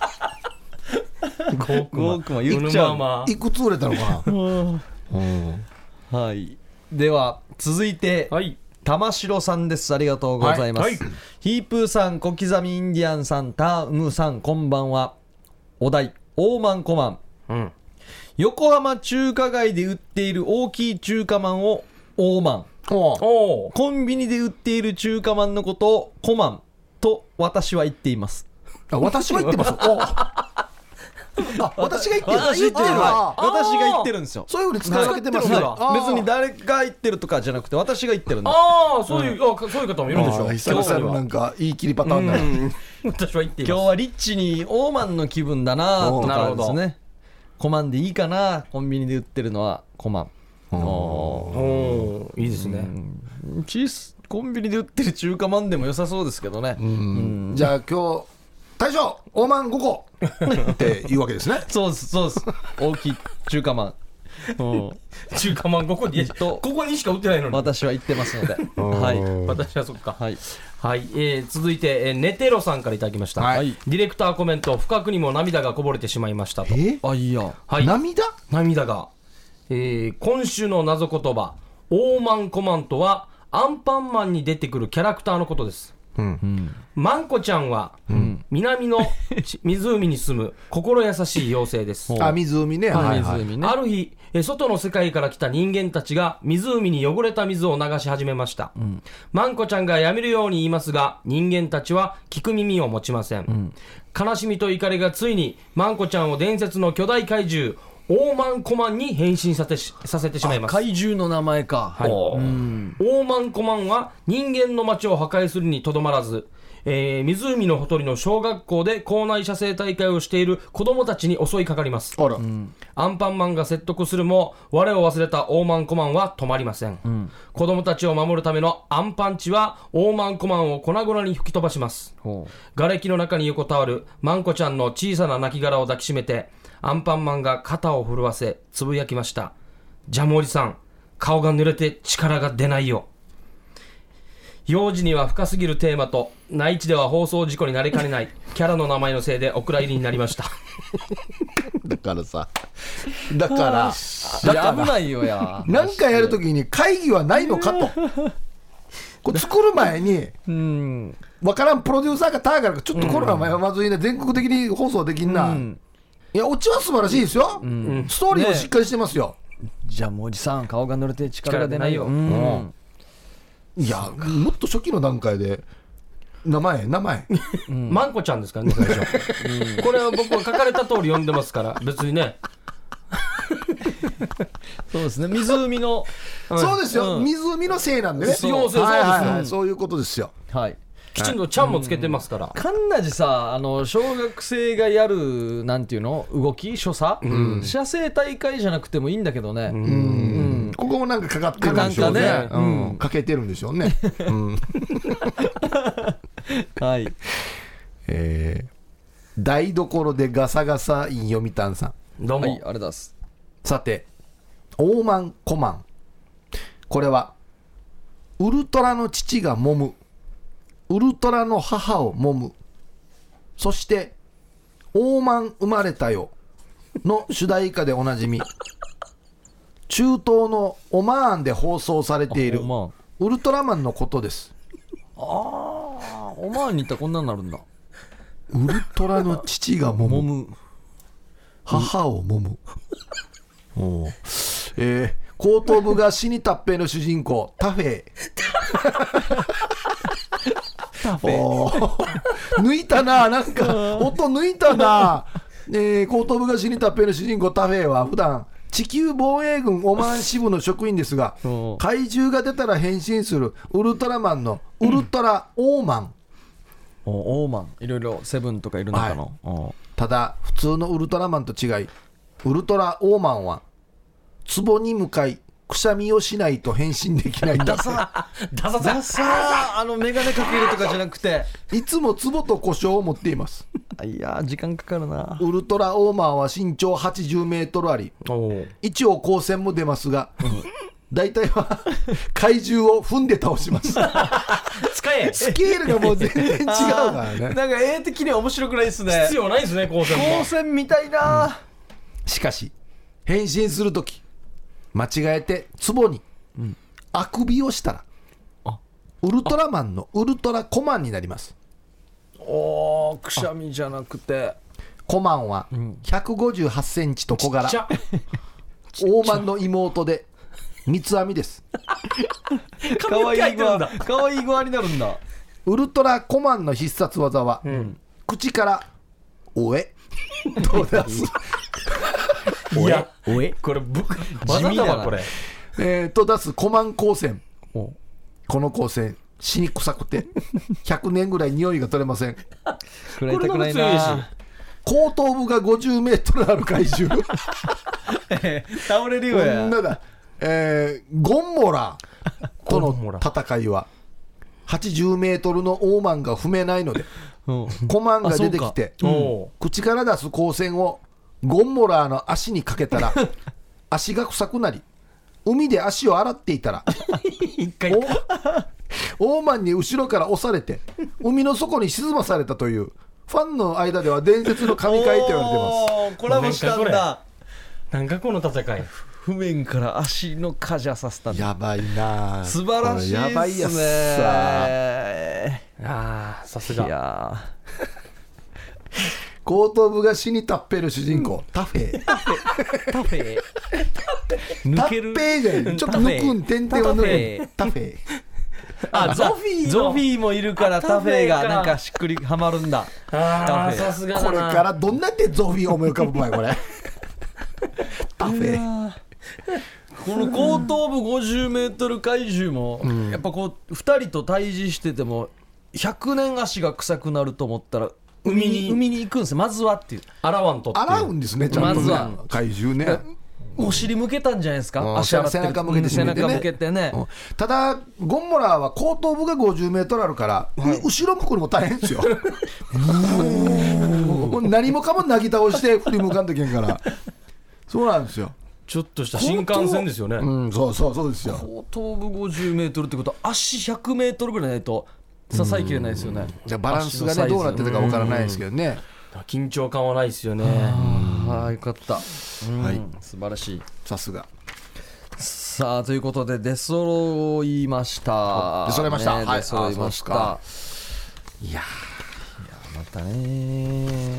5億万言っちゃう。 いくつ売れたのかな。 はい、では続いて、 はい、 玉城さんです。ありがとうございます、 はいはい、 ヒープーさん、小刻みインディアンさん、タームさん、こんばんは。お題オーマンコマン、横浜中華街で売っている大きい中華まんをオーマン、コンビニで売っている中華まんのことをコマンと私は言っています。 私は言ってます。私が言ってる。 私が言ってるんですよ。 そういうふうに使い分けてますね。 別に誰が言ってるとかじゃなくて私が言ってるんです。 ああ、そういう方もいるんでしょう。 久々のなんか言い切りパターンだね。 私は言っています。 今日はリッチにオーマンの気分だなとかですね。コマンでいいかな。コンビニで売ってるのはコマン。 いいですね。 コンビニで売ってる中華まんでも良さそうですけどね。 じゃあ今日大将オーマン5個って言うわけですね。 そうですそうです。大きい中華まん。 中華まん5個でここにしか売ってないのに私は言ってますので。はい。 私はそっか。 はい。 はい。続いてネテロさんからいただきました。 はい。 ディレクターコメント、不覚にも涙がこぼれてしまいましたと。 あ、いいや。 はい。 涙が。今週の謎言葉、オーマンコマンとはアンパンマンに出てくるキャラクターのことです。マンコちゃんは、南の湖に住む心優しい妖精です。 湖ね。 ある日、外の世界から来た人間たちが湖に汚れた水を流し始めました。マンコちゃんがやめるように言いますが、人間たちは聞く耳を持ちません。悲しみと怒りがついにマンコちゃんを伝説の巨大怪獣オーマンコマンに変身させてしまいます。 怪獣の名前か。 オーマンコマンは人間の町を破壊するにとどまらず、 湖のほとりの小学校で校内写生大会をしている子供たちに襲いかかります。 あら、 アンパンマンが説得するも我を忘れたオーマンコマンは止まりません、子供たちを守るためのアンパンチはオーマンコマンを粉々に吹き飛ばします。瓦礫の中に横たわるマンコちゃんの小さな亡骸を抱きしめてアンパンマンが肩を震わせつぶやきました。ジャムおじさん、顔が濡れて力が出ないよ。幼児には深すぎるテーマと内地では放送事故になりかねないキャラの名前のせいでお蔵入りになりました。 だからさ、だからいや危ないよやなんかやるときに会議はないのかとこれ作る前にわからんプロデューサーがターからちょっとコロナ前はまずいね、全国的に放送できんな、いやオチは素晴らしいですよ、ストーリーもしっかりしてますよ、 じゃあもうおじさん顔が濡れて力が出ないよ。 いやもっと初期の段階で名前、 マンコちゃんですからね最初、これは僕は書かれた通り読んでますから別にね。 そうですね、湖のそうですよ、湖のせいなんでね、 そうですよ、 そういうことですよ。 はい、 きちんとちゃんもつけてますから。 かんなじさ、小学生がやるなんていうの動き所作、写生大会じゃなくてもいいんだけどね、 ここもなんかかかってるんでしょうね、かけてるんでしょうね。 はい、 台所でガサガサイン読谷さん、 どうも、 はい、ありがとうございます。 さて、オーマンコマン、これはウルトラの父が揉む、ウルトラの母を揉む、そしてオーマン生まれたよの主題歌でおなじみ、中東のオマーンで放送されているウルトラマンのことです。 オマーンに行ったらこんなになるんだ。 ウルトラの父が揉む、母を揉む。後頭部が死にたっぺの主人公タフェイ。抜いたな、なんか音抜いたな。後頭部が死にたっぺの主人公タフェイは普段地球防衛軍オマーン支部の職員ですが、怪獣が出たら変身するウルトラマンのウルトラオーマン、 オーマン、いろいろセブンとかいる中の、 ただ普通のウルトラマンと違い、ウルトラオーマンは壺に向かいくしゃみをしないと変身できないんだ。 ダサメガネかけるとかじゃなくていつも壺と胡椒を持っています。 いや時間かかるな。 ウルトラオーマンは身長80メートルあり、一応光線も出ますが、大体は怪獣を踏んで倒します。 使えスケールがもう全然違うからね。 なんか絵的には面白くないですね。 必要ないですね、光線も。 光線みたいな、 しかし変身するとき間違えて壺にあくびをしたら、ウルトラマンのウルトラコマンになります。 くしゃみじゃなくてコマンは158センチと小柄、オーマンの妹で三つ編みです。 かわいいグアになるんだ。 ウルトラコマンの必殺技は、口からおえと出すいやおえこれわざとはこれ、 と出すコマン光線。この光線死に臭くて100年ぐらい匂いが取れません。 食らいたくないな。 後頭部が50メートルある怪獣。 倒れるよや。 なんだ、ゴンモラとの戦いは80メートルのオーマンが踏めないので、コマンが出てきて、口から出す光線をゴンモラーの足にかけたら足が臭くなり、海で足を洗っていたらオーマンに後ろから押されて海の底に沈まされたというファンの間では伝説の神回と言われてます。 コラボしたんだ。 なんかこの戦い、 譜面から足のカジャさせたんだ。 やばいな、 素晴らしいやばいやつですささすが。 いや後頭部が死にたっぺる主人公、タフェイ。 タフェタッペイじゃない、ちょっと抜くん、点々を抜く、タフェイ。 ゾフィーもいるからタフェイがなんかしっくりはまるんだ。 さすがだな。 これからどんなってゾフィー思い浮かぶ前これ。タフェイ。 この後頭部50メートル怪獣も、やっぱこう2人と対峙してても 100年足が臭くなると思ったら海に行くんですよ、まずはっていう。 洗わんとっていう洗うんですね、ちゃんとね、 まずは怪獣ね。 お尻向けたんじゃないですか、 うん足洗ってる背中向けて背中向けてね、 うんただゴンモラは後頭部が50メートルあるから、後ろ向くのも大変ですよもう何もかもなぎ倒して振り向かんといけんから、そうなんですよ。 ちょっとした新幹線ですよね。 うん、そうですよ。 後頭部50メートルってことは足100メートルぐらいないと支えきれないですよね。 じゃあバランスがねどうなってたかわからないですけどね。 緊張感はないですよね。 ああよかった、 はい素晴らしい。 さすが。 さあということで出揃いました。 出揃いましたはい出揃いました。 あいやまたね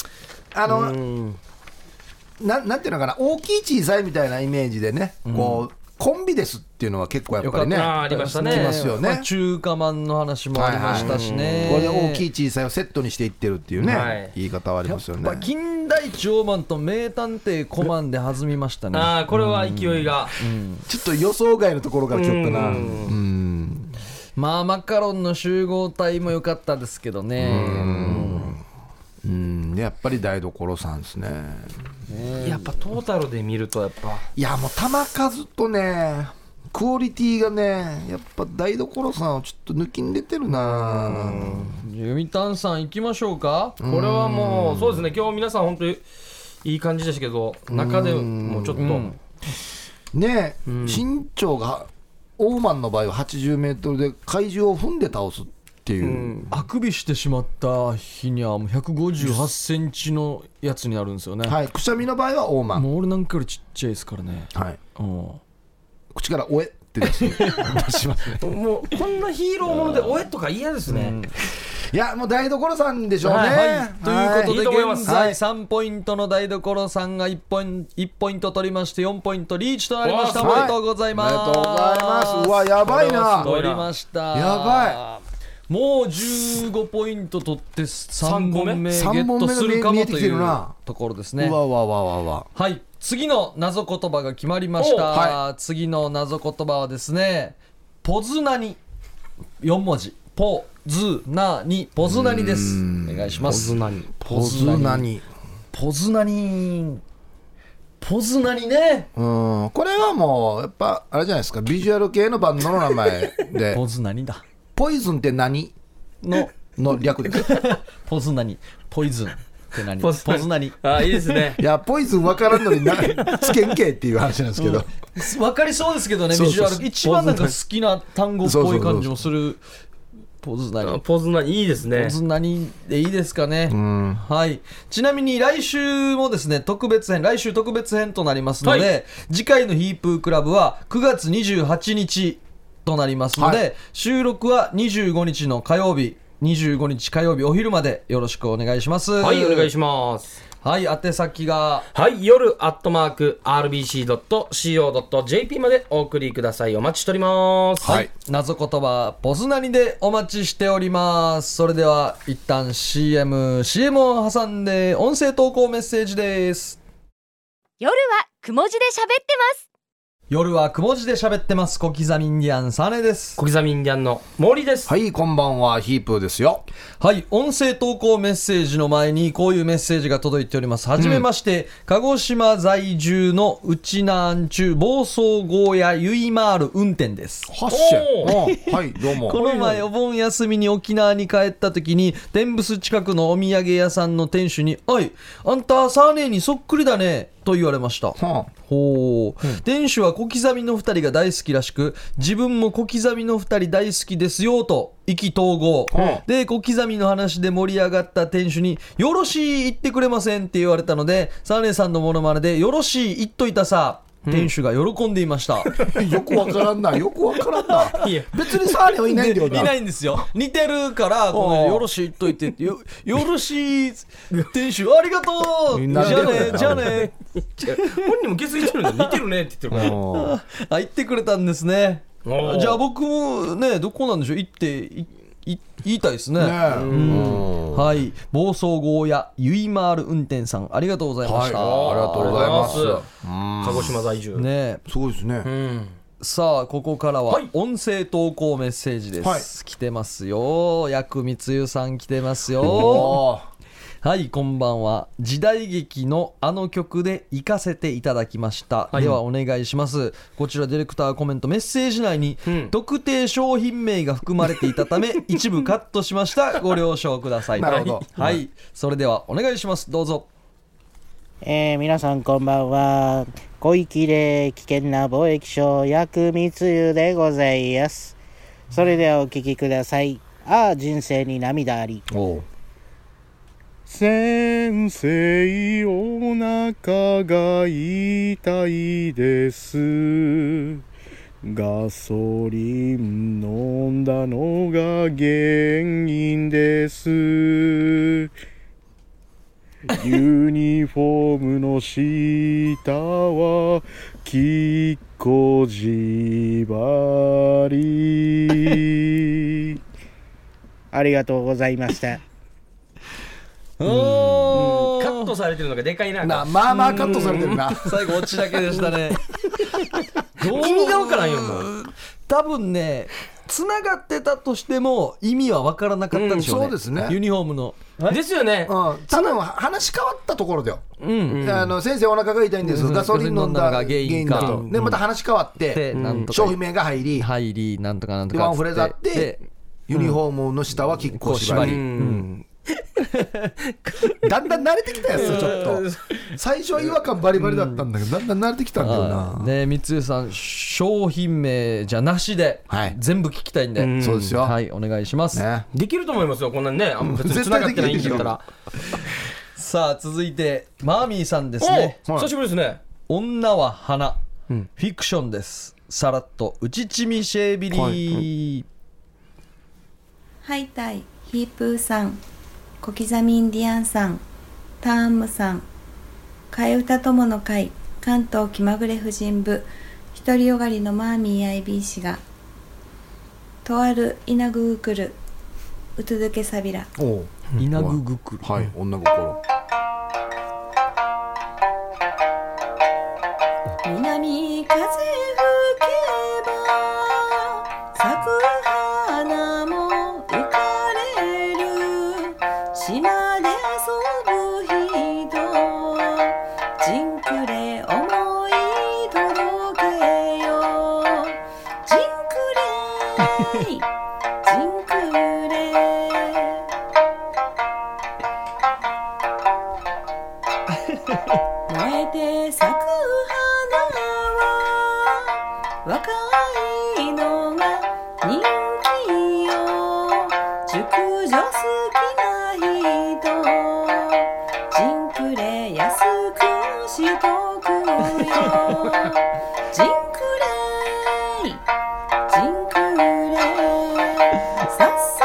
なんていうのかな、大きい小さいみたいなイメージでね、こうコンビですっていうのは結構やっぱりねありましたね。 きますよね。 まあ中華まんの話もありましたしね、 これで大きい小さいをセットにしていってるっていうね、 はい言い方はありますよね。 やっぱ近代長マンと名探偵コマンで弾みましたね。 ああこれは勢いが、 ちょっと予想外のところから来ちゃったな。 まあマカロンの集合体も良かったですけどね。 やっぱり台所さんですね。 やっぱトータルで見るとやっぱいやもう球数とねクオリティがねやっぱ台所さんをちょっと抜きん出てるな。 読谷さん行きましょうか。 これはもうそうですね。今日皆さん本当にいい感じでしたけど、中でもちょっとね身長がオーマンの場合は80メートルで怪獣を踏んで倒すっていう、 あくびしてしまった日にはもう158センチのやつになるんですよね。 はい、くしゃみの場合はオーマン、 もう俺なんかよりちっちゃいですからね。 はい、 うん口からおえって出しますね。 もうこんなヒーローものでおえとか嫌ですね。 いやもう台所さんでしょうね、 はいということでいいと思います現在3ポイントの台所さんが1ポイント取りまして4ポイントリーチとなりました。おはいめでとうございます。 おめでとうございます。うわやばいな。 取りました。 やばもう15ポイント取って3本目ゲ三本目ットするか見えてきもというてるなところですね。 うわわわわわ。 はい次の謎言葉が決まりました、 は次の謎言葉はですねポズナニ4文字ポズナニポズナニです。お願いします。 ポズナニポズナニポズナニね。 これはもうやっぱあれじゃないですか、ビジュアル系のバンドの名前でポズナニだポイズンって何の略です。 ポズナニポイズンって何ポポズナニあいいですね。 いやポイズン分からんのにつけんけっていう話なんですけど、 分かりそうですけどねそうそうビジュアル一番なんか好きな単語っぽい感じもする。ポズナニポズナいいですね。 ポズナニでいいですかね。はい。ちなみに来週もですね来週特別編となりますので、 はい次回のヒープークラブは9月28日となりますので、 はい収録は25日の火曜日お昼までよろしくお願いします。 はいお願いします。 はい宛先がはい夜@rbc.co.jp までお送りください。お待ちしております。 はい、謎言葉ポズナニでお待ちしております。それでは一旦 CM を挟んで音声投稿メッセージです。 夜はくも字で喋ってます。 夜はくも字で喋ってます。小刻みインディアンサネです。 小刻みインディアンの森です。 はいこんばんはヒープーですよ。 はい音声投稿メッセージの前にこういうメッセージが届いております。はじめまして、鹿児島在住のうちなんちゅう暴走ゴーヤゆいまーる運転です。 ハッシェはいどうも。 この前お盆休みに沖縄に帰った時に天ブス近くのお土産屋さんの店主においあんたサーネーにそっくりだねと言われました。ほう、店主は小刻みの2人が大好きらしく自分も小刻みの2人大好きですよと意気投合、で小刻みの話で盛り上がった店主によろしい言ってくれませんって言われたのでサーネーさんのモノマネでよろしい言っといたさ、店主が喜んでいました。 よくわからんな別にサーネはいないんだよな。 いないんですよ。似てるからごめんよろしい言っといてってよろしい店主ありがとうじゃあね本人も気づいてるんだ。似てるねって言ってるから。 言ってくれたんですね。 おーじゃあ僕もねどこなんでしょう言いたいですね。はい暴走ゴーヤゆいまーる運転さんありがとうございました。 ありがとうございます。 鹿児島在住。 ねすごいですね。 さあここからははい音声投稿メッセージです、 はい来てますよ。薬光湯さん来てますよ。 おはい、こんばんは。時代劇のあの曲で行かせていただきました、 はいではお願いします。こちらディレクターコメント、メッセージ内にうん特定商品名が含まれていたため一部カットしました。ご了承ください。 なるほどはい、それではお願いします。どうぞ。 皆さんこんばんは。小粋で危険な貿易商薬密輸でございます。それではお聞きください。ああ人生に涙あり。 お先生お腹が痛いです。ガソリン飲んだのが原因です。ユニフォームの下はきっこじばり。ありがとうございました。 カットされてるのがでかいな。 まあまあカットされてるな。 最後オチだけでしたね。 意味がわからんよもう。 多分ねつながってたとしても意味は分からなかったんでしょうね、 そうですねユニフォームの。 ですよね。 多分話変わったところだよ。 うん先生お腹が痛いんです、ガソリン飲んだ原因だと。 うんでまた話変わってでなんとか商品名が入り、 入りなんとかなんとかワンフレーズあってでユニフォームの下はきっこ縛り、 うんだんだん慣れてきたやつちょっと最初は違和感バリバリだったんだけど、だんだん慣れてきたんだよな。 ね、三井さん商品名じゃなしで、 はい全部聞きたいんで、 そうですよ、 はいお願いします、 ね、 できると思いますよこんなにね。別に繋がってないんだったら。 さあ続いてマーミーさんですね。 お久しぶりですね。 女は花、 うんフィクションです。さらっとうちちみシェービリー、 ハイタイ、ヒープーさん、小刻みインディアンさん、ターンムさん、替え歌友の会、関東気まぐれ婦人部、独りよがりのマーミー IB 氏が、とある稲ぐぐくる、うつづけさびら。 おう稲ぐぐくる、 はい女心。 南風吹けば咲く花も浮かれる、島で遊ぶ人ジンクレ思い届けよ、ジンクレジンクレ。燃えて咲く若いのが人気よ、熟女好きな人ジンクレ安くしとくよ、ジンクレジンクレさっさ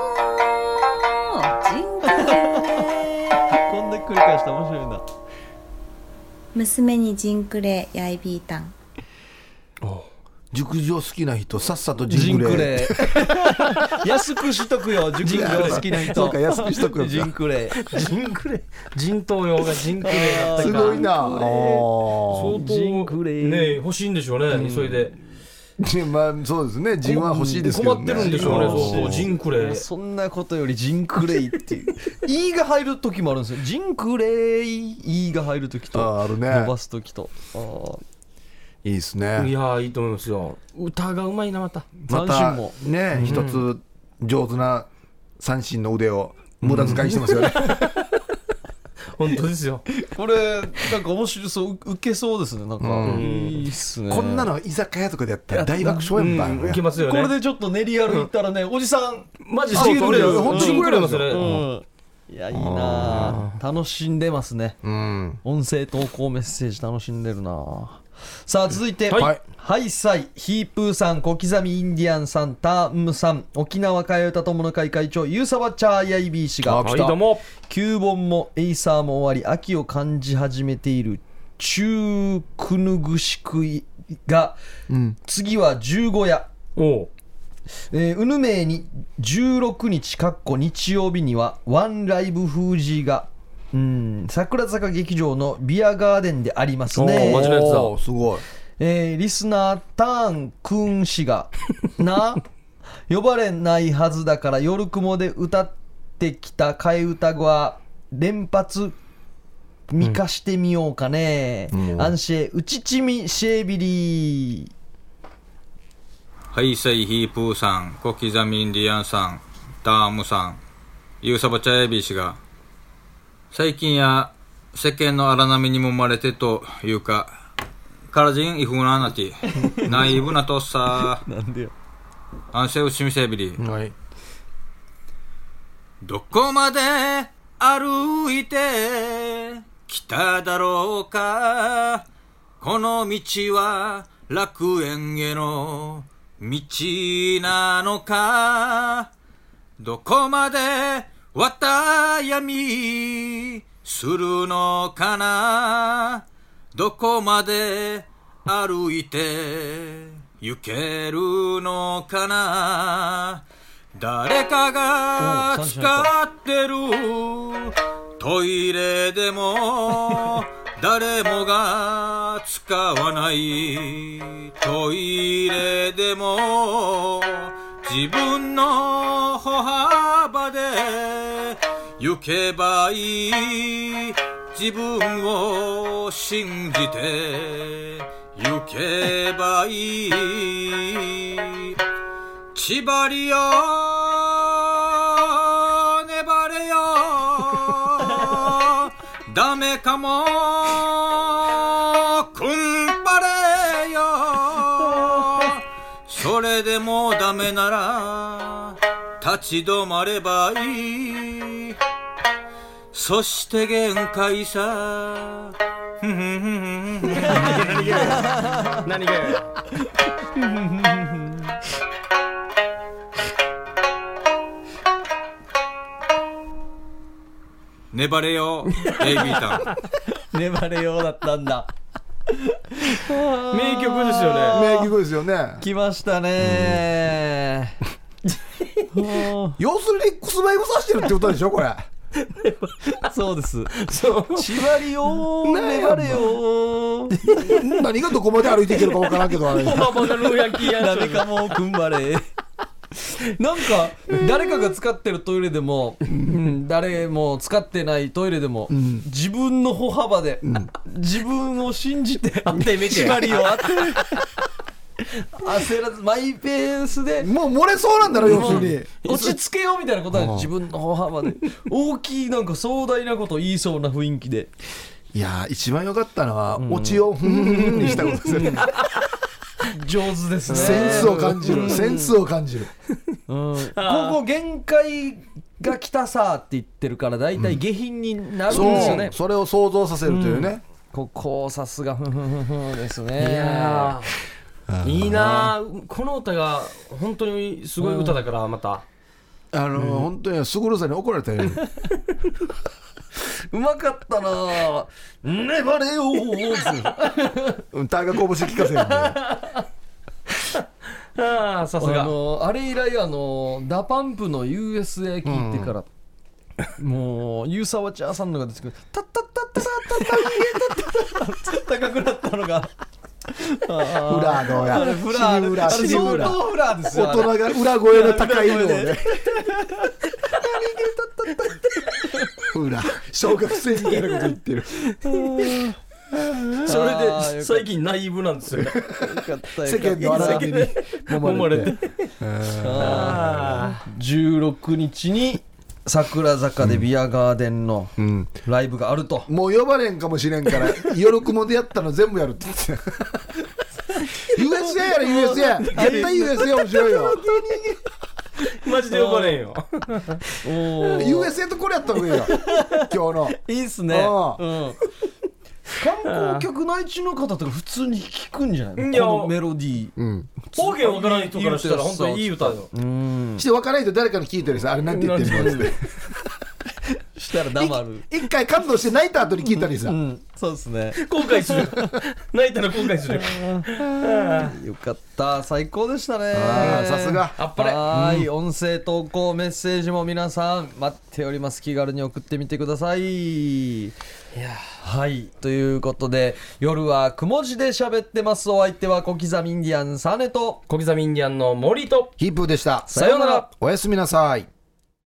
とジンクレ。 こんで繰り返したら面白いな。 娘にジンクレやいびーたん。 熟女好きな人さっさとジンクジンクレ。 レ安くしとくよ、熟女好きな人。 そうか安くしとくよジンクレジンクレ人頭用がジンクレだったか。 すごいな。 相当ジンクレね欲しいんでしょうね、急いで。 まあそうですね、ジンは欲しいですけどね。 困ってるんでしょうね、 うん相当ジンクレ。 そんなことよりジンクレイっていう「い」が入る時もあるんですよ。ジンクレイ「い」が入る時とあるね伸ばす時と、 いいですいね。 やいいと思いますよ。歌がうまいなまた。 また三振もね一つ上手な三振の腕を無駄遣いしてますよね。 本当ですよ。 これなんか面白そう、受けそうですね。なんかいいっすね。 こんなの居酒屋とかでやったら大爆笑やんば。 いけますよね。 これでちょっと練り歩いたらね、おじさんマジそうジンクレそう本当にジンクレますうね。 んいやいいなあ、楽しんでますね。 うん。 音声投稿メッセージ楽しんでるな。さあ続いて、 はいハイサイヒープーさん、小刻みインディアンさん、タームさん、沖縄替え歌友の会会長ユーサバチャーヤイビー氏が、 はいどうも。 9本もエイサーも終わり秋を感じ始めている中くぬぐしくいが、次は15夜、 おううぬめいに16日日曜日にはワンライブフージーが桜坂劇場のビアガーデンでありますね。 おーマジのやつだおーすごい。 リスナーターンくん氏がな呼ばれないはずだから夜雲で歌ってきた替え歌は連発見かしてみようかね、アンシェウチチミシェービリー。 ハイサイヒープーさん、小刻みインディアンさん、タームさん、ユーサバチャエビ氏が最近や世間の荒波にもまれてというかカラジンイフナーナティナイブなとっさなんでよ。 アンセウシミセビリ、 はい、 どこまで歩いて来ただろうか、この道は楽園への道なのか、どこまで綿闇するのかな、どこまで歩いて行けるのかな、誰かが使ってるトイレでも誰もが使わないトイレでも自分の歩幅で行けばいい、自分を信じて行けばいい、縛りよ粘れよダメかもくんぱれよ、それでもダメなら立ち止まればいい、そして限界さ何がよ粘れよ AB タン粘れようだったんだ。 名曲ですよね。 名曲ですよね。 来ましたね。 要するにくすばいぶさしてるってことでしょこれ。 そうです。 そう縛りよ粘れよ何がどこまで歩いていけるかわからんけどあれ。 ママがルーヤキーやダメかもくんばれ。なんか誰かが使ってるトイレでも、誰も使ってないトイレでも、自分の歩幅で、自分を信じて当てみて縛りを当てる焦らずマイペースでもう漏れそうなんだろ要するに。 落ち着けようみたいなことは自分の歩幅で大きいなんか壮大なことを言いそうな雰囲気で。 いやー一番良かったのは、オチをふんにしたことですよね。 上手ですね。 センスを感じる、センスを感じる。 ここ限界が来たさって言ってるからだいたい下品になるんですよね。 それを想像させるというね。 ここさすがふんふんふんふんですね。 いやいいな、この歌が本当にすごい歌だからまた、 本当にすぐるさんに怒られたよ。 うまかったな。粘れよー。 タガこぼし聞かせるんで。 ああさすがあれ以来ダパンプの USA 聞いてから、もうユーサワチャーさんのが出てくるタッタッタッタッタッタッタッタッタッ高くなったのがフラーどうやフラーシリフラ相当フラーですよ。 大人が裏声の高いのをね。フラ小学生みたいなこと言ってる。 それで最近ナイーブなんですよね。 世間の荒波に揉まれて。 16日に桜坂でビアガーデンのライブがあると、 もう呼ばれんかもしれんから夜雲でやったの全部やるって言ってた。USA やれ USA 絶対 USA 面白いよ。 マジで呼ばれんよ。 USA とこれやった方がいいよ今日の。 いいっすね。観光客内地の方とか普通に聞くんじゃないの、このメロディー。 方言わからない人からしたら本当にいい歌よ。 して分からないと誰かに聞いてるさ、あれなんて言ってるのって。 ししたら黙る。 一回感動して泣いた後に聞いたりさ、 そうですね。 後悔する。泣いたら後悔する。 よかった、最高でしたね。 さすがあっぱれ。 はい、音声投稿メッセージも皆さん待っております。気軽に送ってみてください。はい、ということで夜はくも字で喋ってます。お相手は小刻みインディアンサネと小刻みインディアンの森とヒープーでした。 さようなら。 おやすみなさい。